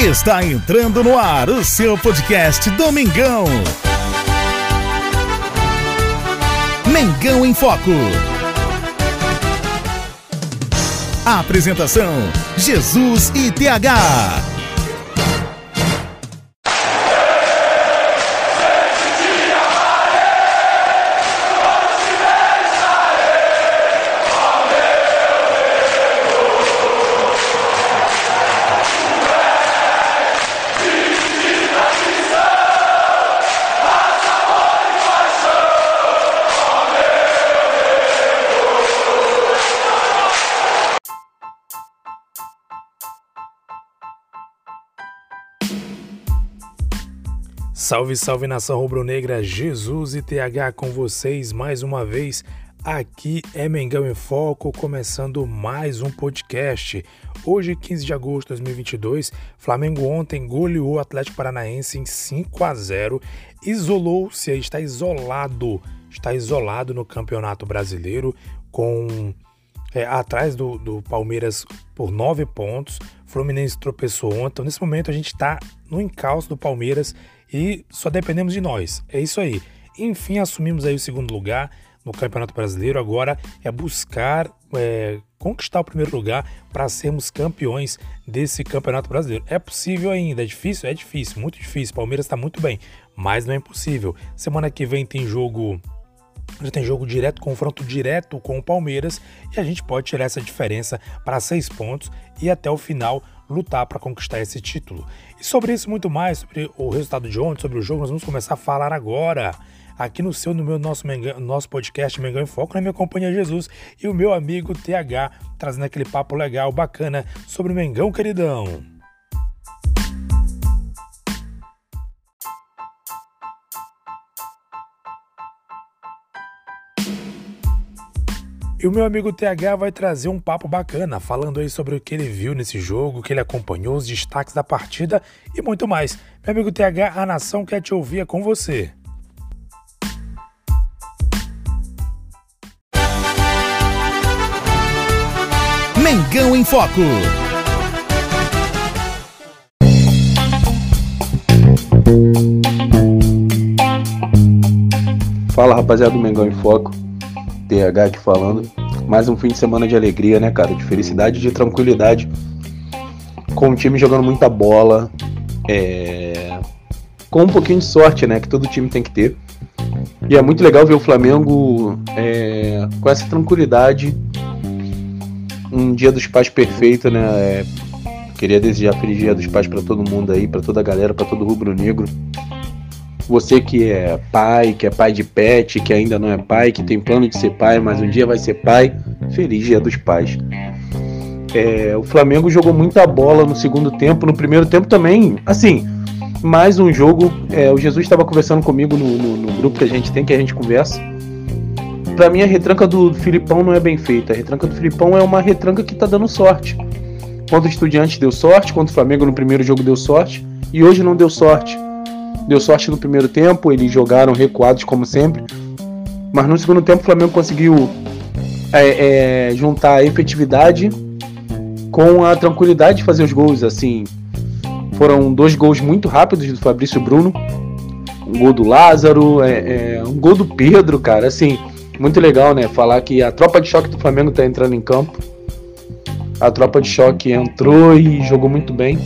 Está entrando no ar o seu podcast Domingão. Mengão em Foco. A apresentação: Jesus e TH. Salve, salve nação rubro-negra, Jesus e TH com vocês mais uma vez. Aqui é Mengão em Foco, começando mais um podcast. Hoje, 15 de agosto de 2022, Flamengo ontem goleou o Atlético Paranaense em 5-0, isolou-se, está isolado no Campeonato Brasileiro, atrás do Palmeiras por 9 pontos. Fluminense tropeçou ontem, então nesse momento a gente está no encalço do Palmeiras e só dependemos de nós, é isso aí. Enfim, assumimos aí o segundo lugar no Campeonato Brasileiro, agora é buscar conquistar o primeiro lugar para sermos campeões desse Campeonato Brasileiro. É possível ainda, é difícil? É difícil, muito difícil, Palmeiras está muito bem, mas não é impossível. Semana que vem tem jogo... Já tem jogo direto, confronto direto com o Palmeiras e a gente pode tirar essa diferença para 6 pontos e até o final lutar para conquistar esse título. E sobre isso muito mais, sobre o resultado de ontem, sobre o jogo, nós vamos começar a falar agora aqui no nosso podcast Mengão em Foco, na minha companhia Jesus e o meu amigo TH, trazendo aquele papo legal, bacana sobre o Mengão, queridão. E o meu amigo TH vai trazer um papo bacana, falando aí sobre o que ele viu nesse jogo, o que ele acompanhou, os destaques da partida e muito mais. Meu amigo TH, a nação quer te ouvir, é com você. Mengão em Foco. Fala, rapaziada do Mengão em Foco. TH aqui falando, mais um fim de semana de alegria, né, cara, de felicidade e de tranquilidade, com o time jogando muita bola, com um pouquinho de sorte, né, que todo time tem que ter, e é muito legal ver o Flamengo com essa tranquilidade, um Dia dos Pais perfeito, né, queria desejar feliz Dia dos Pais pra todo mundo aí, pra toda a galera, pra todo o rubro-negro. Você que é pai de pet, que ainda não é pai, que tem plano de ser pai, mas um dia vai ser pai, feliz Dia dos Pais. O Flamengo jogou muita bola no segundo tempo, no primeiro tempo também, assim, mais um jogo, o Jesus estava conversando comigo no grupo que a gente conversa. Pra mim a retranca do Filipão não é bem feita, a retranca do Filipão é uma retranca que tá dando sorte. Quando o Estudiantes deu sorte, quando o Flamengo no primeiro jogo deu sorte, e hoje não deu sorte. Deu sorte no primeiro tempo, eles jogaram recuados como sempre, mas no segundo tempo o Flamengo conseguiu juntar a efetividade com a tranquilidade de fazer os gols. Assim, foram 2 gols muito rápidos do Fabrício Bruno, um gol do Lázaro, um gol do Pedro, cara, assim, muito legal, né, falar que a tropa de choque do Flamengo tá entrando em campo, a tropa de choque entrou e jogou muito bem.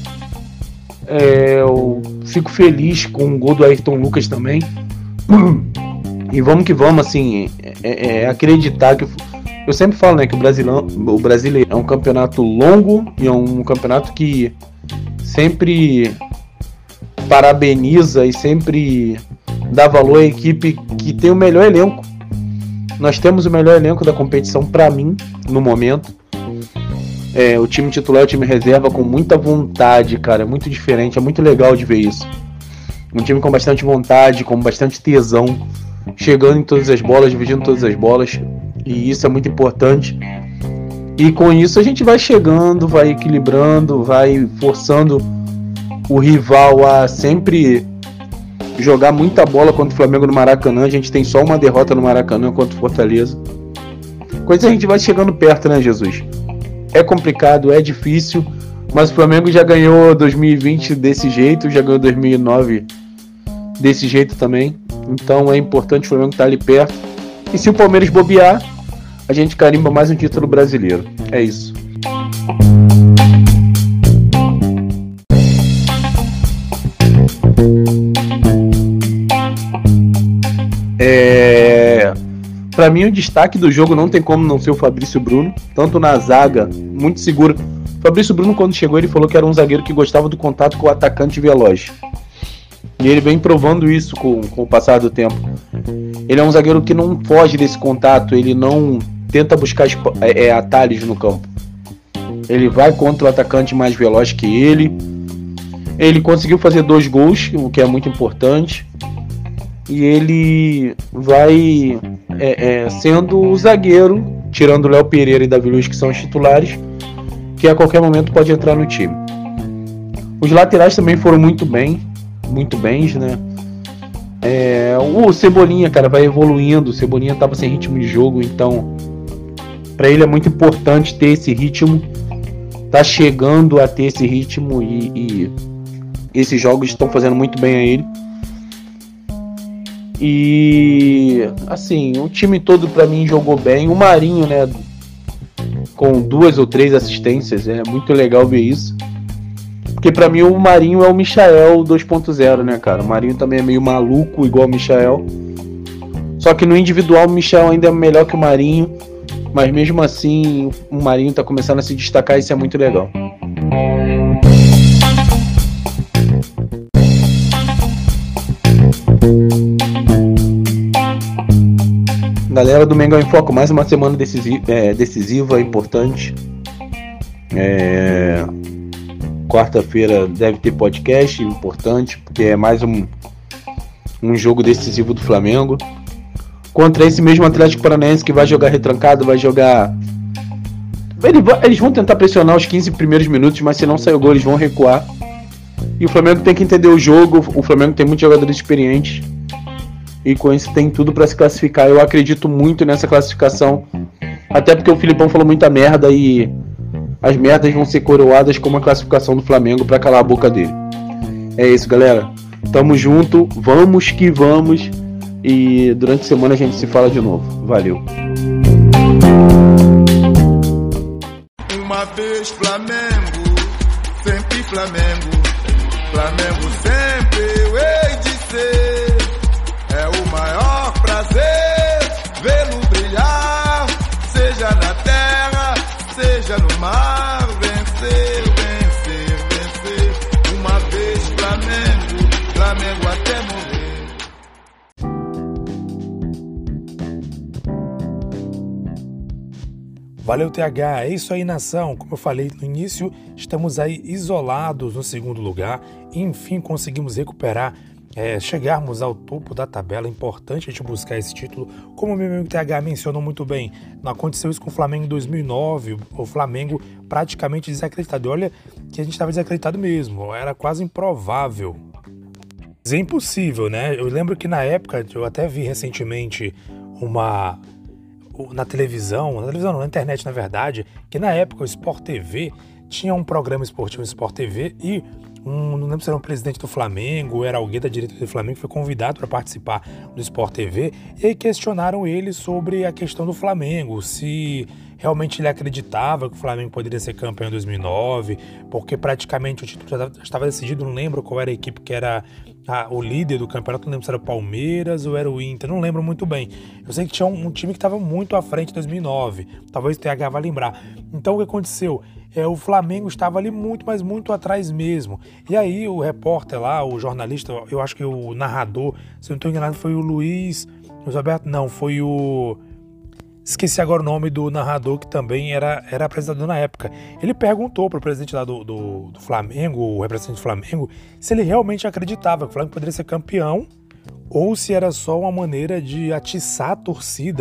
Eu fico feliz com o gol do Ayrton Lucas também. E vamos que vamos, assim, acreditar que... Eu sempre falo, né, que o brasileiro é um campeonato longo e é um campeonato que sempre parabeniza e sempre dá valor à equipe que tem o melhor elenco. Nós temos o melhor elenco da competição, pra mim, no momento. O time titular e o time reserva com muita vontade, cara, é muito diferente, é muito legal de ver isso. Um time com bastante vontade, com bastante tesão, chegando em todas as bolas, dividindo todas as bolas, e isso é muito importante. E com isso a gente vai chegando, vai equilibrando, vai forçando o rival a sempre jogar muita bola contra o Flamengo no Maracanã. A gente tem só uma derrota no Maracanã contra o Fortaleza. Coisa a gente vai chegando perto, né, Jesus? É complicado, é difícil, Mas o Flamengo já ganhou 2020 desse jeito, já ganhou 2009 desse jeito também. Então é importante o Flamengo estar ali perto. E se o Palmeiras bobear, a gente carimba mais um título brasileiro. É isso. Pra mim o destaque do jogo não tem como não ser o Fabrício Bruno, tanto na zaga, muito seguro. O Fabrício Bruno, quando chegou, ele falou que era um zagueiro que gostava do contato com o atacante veloz. E ele vem provando isso com o passar do tempo. Ele é um zagueiro que não foge desse contato, ele não tenta buscar atalhos no campo. Ele vai contra o atacante mais veloz que ele. Ele conseguiu fazer 2 gols, o que é muito importante. E ele vai sendo o zagueiro, tirando o Léo Pereira e Davi Luiz, que são os titulares, que a qualquer momento pode entrar no time. Os laterais também foram muito bens, né? O Cebolinha, cara, vai evoluindo. O Cebolinha estava sem ritmo de jogo, então para ele é muito importante ter esse ritmo. Tá chegando a ter esse ritmo e esses jogos estão fazendo muito bem a ele. E assim, o time todo pra mim jogou bem. O Marinho, né, com 2 ou 3 assistências, é muito legal ver isso. Porque pra mim o Marinho é o Michael 2.0, né, cara? O Marinho também é meio maluco, igual o Michael. Só que no individual o Michael ainda é melhor que o Marinho. Mas mesmo assim, o Marinho tá começando a se destacar e isso é muito legal. Galera do Mengão em Foco, mais uma semana decisiva, importante. Quarta-feira deve ter podcast importante, porque é mais um jogo decisivo do Flamengo. Contra esse mesmo Atlético Paranaense que vai jogar retrancado, vai jogar... Eles vão tentar pressionar os 15 primeiros minutos, mas se não sair o gol eles vão recuar. E o Flamengo tem que entender o jogo, o Flamengo tem muitos jogadores experientes. E com isso tem tudo para se classificar. Eu acredito muito nessa classificação. Até porque o Filipão falou muita merda e as merdas vão ser coroadas como a classificação do Flamengo para calar a boca dele. É isso, galera. Tamo junto, vamos que vamos. E durante a semana a gente se fala de novo. Valeu. Uma vez Flamengo, sempre Flamengo. Flamengo sempre eu hei de ser. É o maior prazer vê-lo brilhar, seja na terra, seja no mar. Vencer, vencer, vencer. Uma vez Flamengo, Flamengo até morrer. Valeu, TH. É isso aí, nação. Como eu falei no início, estamos aí isolados no segundo lugar. Enfim, conseguimos recuperar, chegarmos ao topo da tabela. É importante a gente buscar esse título. Como o meu amigo TH mencionou muito bem, não aconteceu isso com o Flamengo em 2009. O Flamengo praticamente desacreditado. E olha que a gente estava desacreditado mesmo. Era quase improvável. É impossível, né? Eu lembro que na época, eu até vi recentemente na televisão não, na internet na verdade, que na época o Sport TV tinha um programa esportivo no Sport TV e não lembro se era um presidente do Flamengo, era alguém da diretoria do Flamengo que foi convidado para participar do Sport TV, e aí questionaram ele sobre a questão do Flamengo, se realmente ele acreditava que o Flamengo poderia ser campeão em 2009, porque praticamente o título já estava decidido. Não lembro qual era a equipe que era o líder do campeonato, não lembro se era o Palmeiras ou era o Inter, não lembro muito bem. Eu sei que tinha um time que estava muito à frente em 2009, talvez o TH vai lembrar. Então o que aconteceu? O Flamengo estava ali muito, mas muito atrás mesmo. E aí o repórter lá, o jornalista, eu acho que o narrador, se eu não estou enganado, foi o Luiz Roberto, não, foi o... Esqueci agora o nome do narrador, que também era apresentador na época. Ele perguntou para o presidente lá do Flamengo, o representante do Flamengo, se ele realmente acreditava que o Flamengo poderia ser campeão ou se era só uma maneira de atiçar a torcida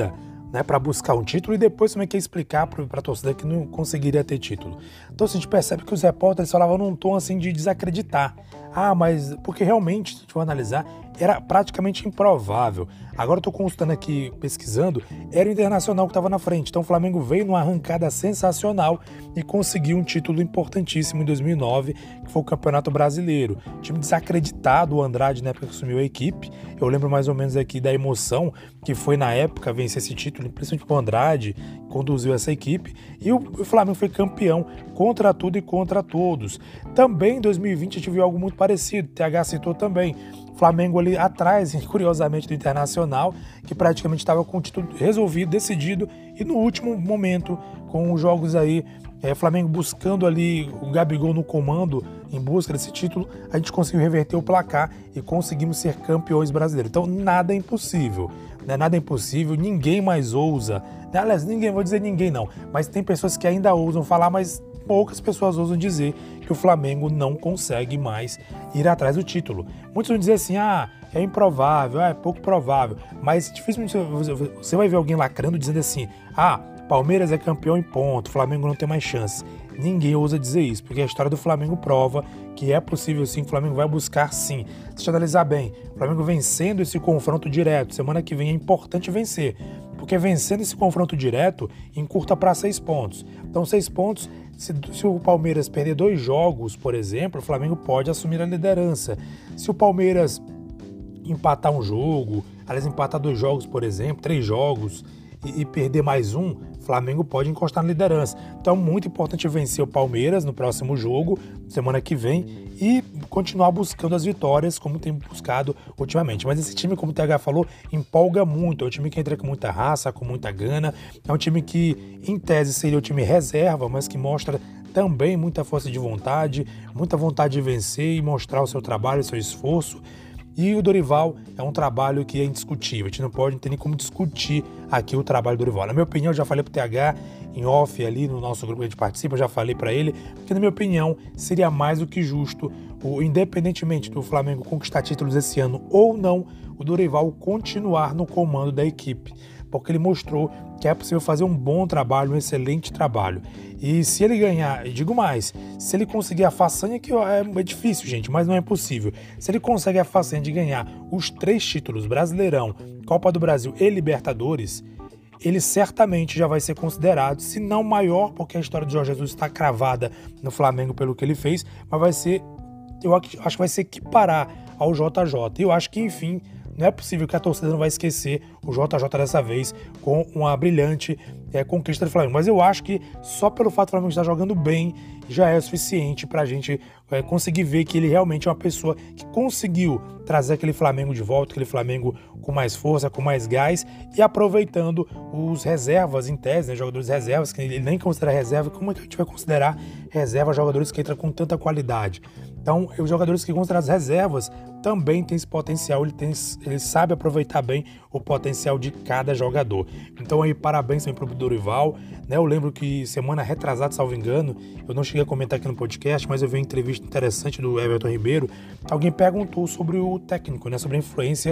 né, para buscar um título e depois também quer explicar para a torcida que não conseguiria ter título. Então a gente percebe que os repórteres falavam num tom assim de desacreditar. Mas porque realmente, se a gente for analisar, era praticamente improvável. Agora eu estou consultando aqui, pesquisando, era o Internacional que estava na frente. Então o Flamengo veio numa arrancada sensacional e conseguiu um título importantíssimo em 2009, que foi o Campeonato Brasileiro. Time desacreditado, o Andrade na época que assumiu a equipe. Eu lembro mais ou menos aqui da emoção que foi na época vencer esse título, principalmente o Andrade, conduziu essa equipe. E o Flamengo foi campeão contra tudo e contra todos. Também em 2020 a gente viu algo muito parecido, o TH citou também. Flamengo ali atrás, curiosamente, do Internacional, que praticamente estava com o título resolvido, decidido, e no último momento, com os jogos aí, Flamengo buscando ali o Gabigol no comando, em busca desse título, a gente conseguiu reverter o placar e conseguimos ser campeões brasileiros. Então nada é impossível, né? Nada é impossível, ninguém mais ousa, né? Aliás, ninguém, vou dizer ninguém não, mas tem pessoas que ainda ousam falar, mas poucas pessoas ousam dizer que o Flamengo não consegue mais ir atrás do título. Muitos vão dizer assim, é improvável, é pouco provável, mas dificilmente você vai ver alguém lacrando dizendo assim, Palmeiras é campeão em ponto, Flamengo não tem mais chances. Ninguém ousa dizer isso, porque a história do Flamengo prova que é possível sim, que o Flamengo vai buscar sim. Deixa eu analisar bem, o Flamengo vencendo esse confronto direto, semana que vem é importante vencer, porque vencendo esse confronto direto, encurta para 6 pontos. Então 6 pontos, se o Palmeiras perder 2 jogos, por exemplo, o Flamengo pode assumir a liderança. Se o Palmeiras empatar um jogo, aliás, empatar 2 jogos, por exemplo, 3 jogos, e perder mais um, o Flamengo pode encostar na liderança. Então é muito importante vencer o Palmeiras no próximo jogo, semana que vem, e continuar buscando as vitórias como tem buscado ultimamente. Mas esse time, como o TH falou, empolga muito. É um time que entra com muita raça, com muita gana. É um time que, em tese, seria o time reserva, mas que mostra também muita força de vontade, muita vontade de vencer e mostrar o seu trabalho, o seu esforço. E o Dorival é um trabalho que é indiscutível, a gente não pode ter nem como discutir aqui o trabalho do Dorival. Na minha opinião, eu já falei pro TH em off ali no nosso grupo que a gente participa, eu já falei para ele, porque na minha opinião seria mais do que justo, independentemente do Flamengo conquistar títulos esse ano ou não, o Dorival continuar no comando da equipe, porque ele mostrou que é possível fazer um bom trabalho, um excelente trabalho. E se ele ganhar, e digo mais, se ele conseguir a façanha, que é difícil, gente, mas não é impossível. Se ele consegue a façanha de ganhar os 3 títulos, Brasileirão, Copa do Brasil e Libertadores, ele certamente já vai ser considerado, se não maior, porque a história de Jorge Jesus está cravada no Flamengo pelo que ele fez, mas vai ser, eu acho que vai se equiparar ao JJ. E eu acho que, enfim, não é possível que a torcida não vai esquecer o JJ dessa vez com uma brilhante conquista do Flamengo. Mas eu acho que só pelo fato do Flamengo estar jogando bem já é suficiente para a gente conseguir ver que ele realmente é uma pessoa que conseguiu trazer aquele Flamengo de volta, aquele Flamengo com mais força, com mais gás e aproveitando os reservas em tese, né, jogadores reservas, que ele nem considera reserva. Como é que a gente vai considerar reserva jogadores que entram com tanta qualidade? Então, os jogadores que consideram as reservas também têm esse potencial, ele sabe aproveitar bem o potencial de cada jogador. Então aí parabéns também pro Dorival, né? Eu lembro que semana retrasada, salvo engano, eu não cheguei a comentar aqui no podcast, mas eu vi uma entrevista interessante do Everton Ribeiro. Alguém perguntou sobre o técnico, né? Sobre a influência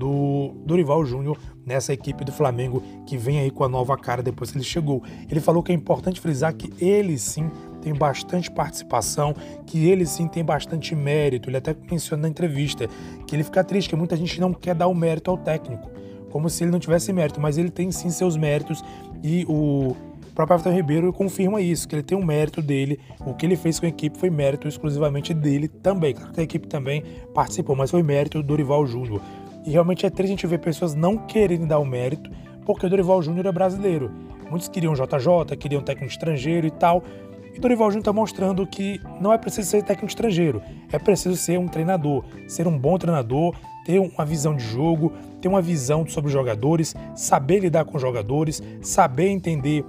do Dorival Júnior nessa equipe do Flamengo que vem aí com a nova cara depois que ele chegou. Ele falou que é importante frisar que ele sim tem bastante participação, que ele sim tem bastante mérito. Ele até mencionou na entrevista que ele fica triste, que muita gente não quer dar o mérito ao técnico, como se ele não tivesse mérito, mas ele tem sim seus méritos e o próprio Everton Ribeiro confirma isso, que ele tem um mérito dele, o que ele fez com a equipe foi mérito exclusivamente dele também. Claro que a equipe também participou, mas foi mérito do Dorival Júnior. E realmente é triste a gente ver pessoas não querendo dar o mérito, porque o Dorival Júnior é brasileiro. Muitos queriam JJ, queriam técnico estrangeiro e tal. E o Dorival Júnior está mostrando que não é preciso ser técnico estrangeiro, é preciso ser um treinador, ser um bom treinador, ter uma visão de jogo, ter uma visão sobre os jogadores, saber lidar com os jogadores, saber entender.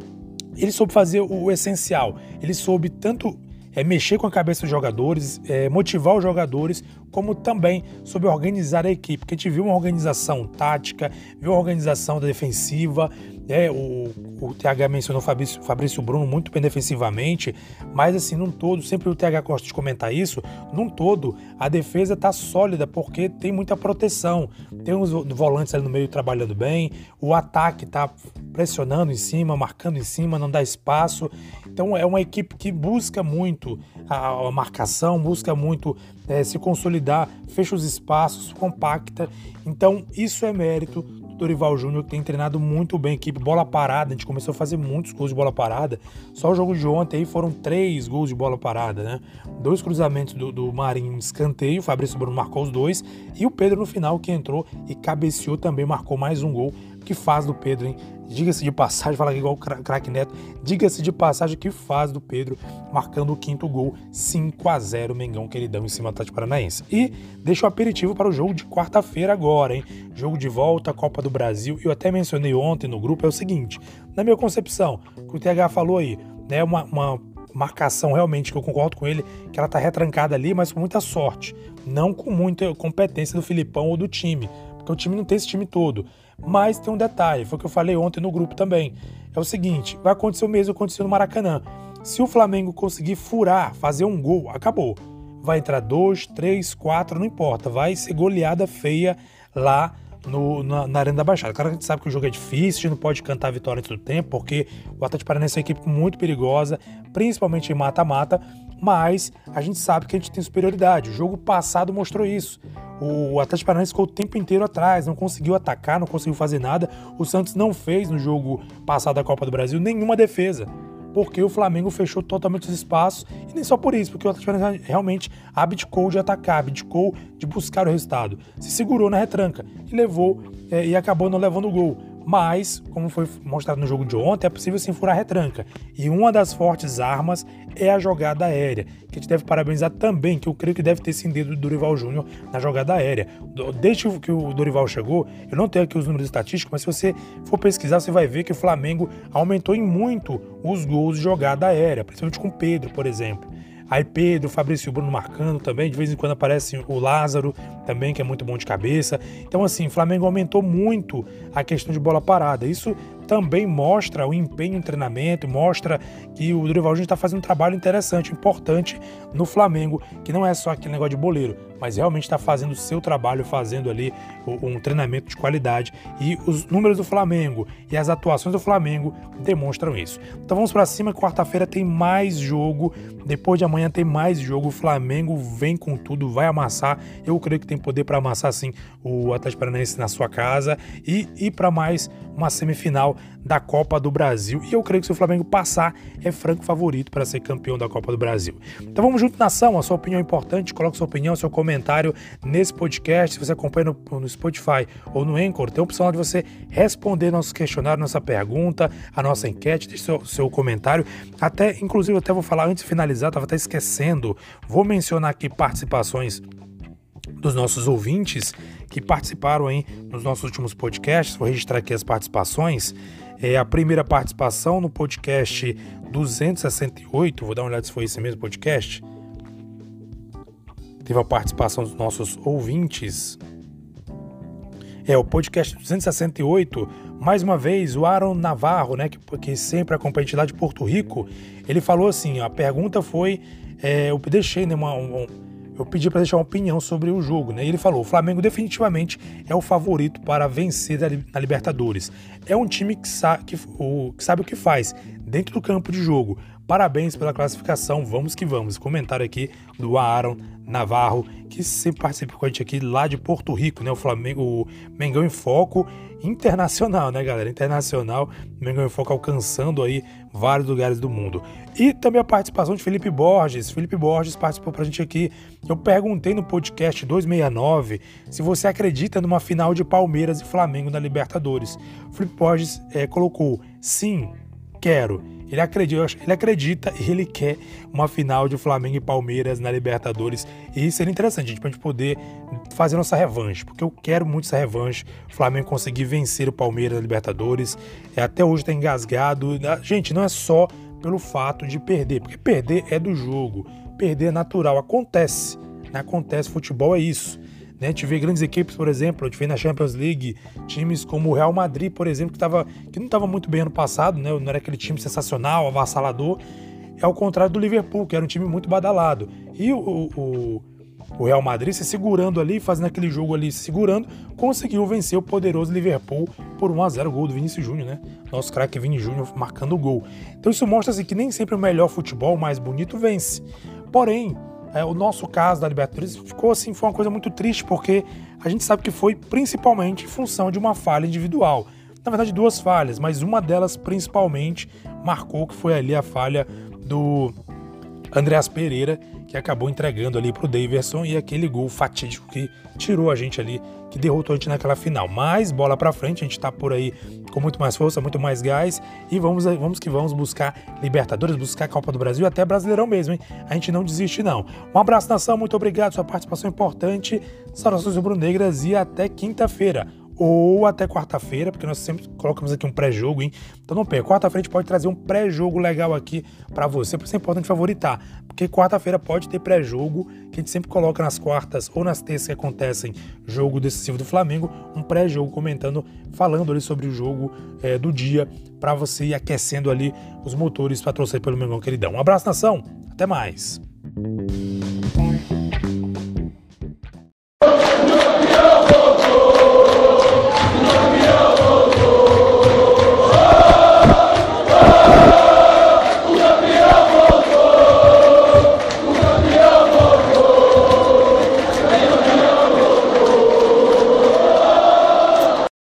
Ele soube fazer o essencial, ele soube tanto mexer com a cabeça dos jogadores, motivar os jogadores, como também soube organizar a equipe, porque a gente viu uma organização tática, viu uma organização defensiva, O TH mencionou o Fabrício Bruno muito bem defensivamente, mas assim, num todo, sempre o TH gosta de comentar isso, num todo a defesa tá sólida porque tem muita proteção, tem uns volantes ali no meio trabalhando bem, o ataque tá pressionando em cima, marcando em cima, não dá espaço. Então é uma equipe que busca muito a marcação, busca muito se consolidar, fecha os espaços, compacta. Então isso é mérito do Dorival Júnior, que tem treinado muito bem a equipe. Bola parada, a gente começou a fazer muitos gols de bola parada. Só o jogo de ontem aí foram 3 gols de bola parada, né? 2 cruzamentos do Marinho em escanteio, o Fabrício Bruno marcou os 2, e o Pedro no final que entrou e cabeceou também, marcou mais um gol. Que faz do Pedro, hein? Diga-se de passagem, fala aqui igual o craque Neto, diga-se de passagem que faz do Pedro, marcando o 5º gol, 5-0, Mengão queridão em cima do Atlético Paranaense. E deixa o aperitivo para o jogo de quarta-feira agora, hein? Jogo de volta, Copa do Brasil. Eu até mencionei ontem no grupo, é o seguinte, na minha concepção, o que o TH falou aí, né, uma marcação realmente que eu concordo com ele, que ela tá retrancada ali, mas com muita sorte, não com muita competência do Filipão ou do time, porque o time não tem esse time todo. Mas tem um detalhe, foi o que eu falei ontem no grupo também. É o seguinte, vai acontecer o mesmo que aconteceu no Maracanã. Se o Flamengo conseguir furar, fazer um gol, acabou. Vai entrar 2, 3, 4, não importa. Vai ser goleada feia lá na Arena da Baixada. Claro que a gente sabe que o jogo é difícil, a gente não pode cantar a vitória antes do tempo, porque o Atlético Paranaense é uma equipe muito perigosa, principalmente em mata-mata, mas a gente sabe que a gente tem superioridade. O jogo passado mostrou isso. O Atlético Paranaense ficou o tempo inteiro atrás, não conseguiu atacar, não conseguiu fazer nada. O Santos não fez no jogo passado da Copa do Brasil nenhuma defesa, porque o Flamengo fechou totalmente os espaços, e nem só por isso, porque o Atlético Paranaense realmente abdicou de atacar, abdicou de buscar o resultado. Se segurou na retranca e levou e acabou não levando o gol. Mas, como foi mostrado no jogo de ontem, é possível sim furar a retranca. E uma das fortes armas é a jogada aérea, que a gente deve parabenizar também, que eu creio que deve ter sim dedo do Dorival Júnior na jogada aérea. Desde que o Dorival chegou, eu não tenho aqui os números estatísticos, mas se você for pesquisar, você vai ver que o Flamengo aumentou em muito os gols de jogada aérea, principalmente com o Pedro, por exemplo. Aí Pedro, Fabrício Bruno marcando também, de vez em quando aparece o Lázaro também, que é muito bom de cabeça. Então assim, o Flamengo aumentou muito a questão de bola parada. Isso também mostra o empenho no treinamento, mostra que o Dorival Júnior está fazendo um trabalho interessante, importante no Flamengo, que não é só aquele negócio de boleiro, mas realmente está fazendo o seu trabalho, fazendo ali um treinamento de qualidade, e os números do Flamengo e as atuações do Flamengo demonstram isso. Então vamos para cima, quarta-feira tem mais jogo, depois de amanhã tem mais jogo, o Flamengo vem com tudo, vai amassar, eu creio que tem poder para amassar sim o Atlético Paranaense na sua casa e ir para mais uma semifinal da Copa do Brasil, e eu creio que se o Flamengo passar, é franco favorito para ser campeão da Copa do Brasil. Então vamos junto, nação, a sua opinião é importante, coloque sua opinião, seu comentário nesse podcast. Se você acompanha no Spotify ou no Anchor, tem a opção lá de você responder nosso questionário, nossa pergunta, a nossa enquete, deixe seu comentário, inclusive até vou falar antes de finalizar, estava até esquecendo, vou mencionar aqui participações dos nossos ouvintes que participaram aí nos nossos últimos podcasts. Vou registrar aqui as participações. A primeira participação no podcast 268, vou dar uma olhada se foi esse mesmo podcast. Teve a participação dos nossos ouvintes. O podcast 268, mais uma vez, o Aaron Navarro, né, que sempre acompanha a gente lá de Porto Rico, ele falou assim, a pergunta foi, eu deixei, né, eu pedi para deixar uma opinião sobre o jogo, né? E ele falou: o Flamengo definitivamente é o favorito para vencer na Libertadores. É um time que sabe o que faz dentro do campo de jogo. Parabéns pela classificação, vamos que vamos. Comentário aqui do Aaron Navarro, que sempre participa com a gente aqui lá de Porto Rico, né? O Mengão em Foco internacional, né, galera? Internacional, Mengão em Foco alcançando aí vários lugares do mundo. E também a participação de Felipe Borges. Felipe Borges participou pra gente aqui. Eu perguntei no podcast 269 se você acredita numa final de Palmeiras e Flamengo na Libertadores. Felipe Borges colocou: sim, quero. Ele acredita e ele quer uma final de Flamengo e Palmeiras na Libertadores. E seria interessante, gente, pra gente poder fazer nossa revanche, porque eu quero muito essa revanche. O Flamengo conseguir vencer o Palmeiras na Libertadores. Até hoje tá engasgado. Gente, não é só pelo fato de perder, porque perder é do jogo. Perder é natural, acontece. Futebol é isso. né? A gente vê grandes equipes, por exemplo, a gente vê na Champions League times como o Real Madrid, por exemplo, que não estava muito bem ano passado, né? Não era aquele time sensacional, avassalador, ao contrário do Liverpool, que era um time muito badalado. E o Real Madrid se segurando ali, fazendo aquele jogo ali, se segurando, conseguiu vencer o poderoso Liverpool por 1-0, gol do Vinícius Júnior, né? Nosso craque Vini Júnior marcando o gol. Então isso mostra assim, que nem sempre o melhor futebol, o mais bonito, vence. Porém, o nosso caso da Libertadores ficou assim, foi uma coisa muito triste, porque a gente sabe que foi principalmente em função de uma falha individual. Na verdade, 2 falhas, mas uma delas principalmente marcou, que foi ali a falha do Andreas Pereira, que acabou entregando ali pro Daverson, e aquele gol fatídico que tirou a gente ali, que derrotou a gente naquela final. Mas bola pra frente, a gente tá por aí com muito mais força, muito mais gás, e vamos que vamos buscar Libertadores, buscar a Copa do Brasil, até Brasileirão mesmo, hein? A gente não desiste não. Um abraço, nação, muito obrigado, sua participação importante, saudações rubro-negras, e até quinta-feira. Ou até quarta-feira, porque nós sempre colocamos aqui um pré-jogo, hein? Então não perca, quarta-feira a gente pode trazer um pré-jogo legal aqui pra você, por isso é importante favoritar, porque quarta-feira pode ter pré-jogo, que a gente sempre coloca nas quartas ou nas terças que acontecem jogo decisivo do Flamengo, um pré-jogo comentando, falando ali sobre o jogo do dia, pra você ir aquecendo ali os motores pra torcer pelo Mengão queridão. Um abraço, nação, até mais!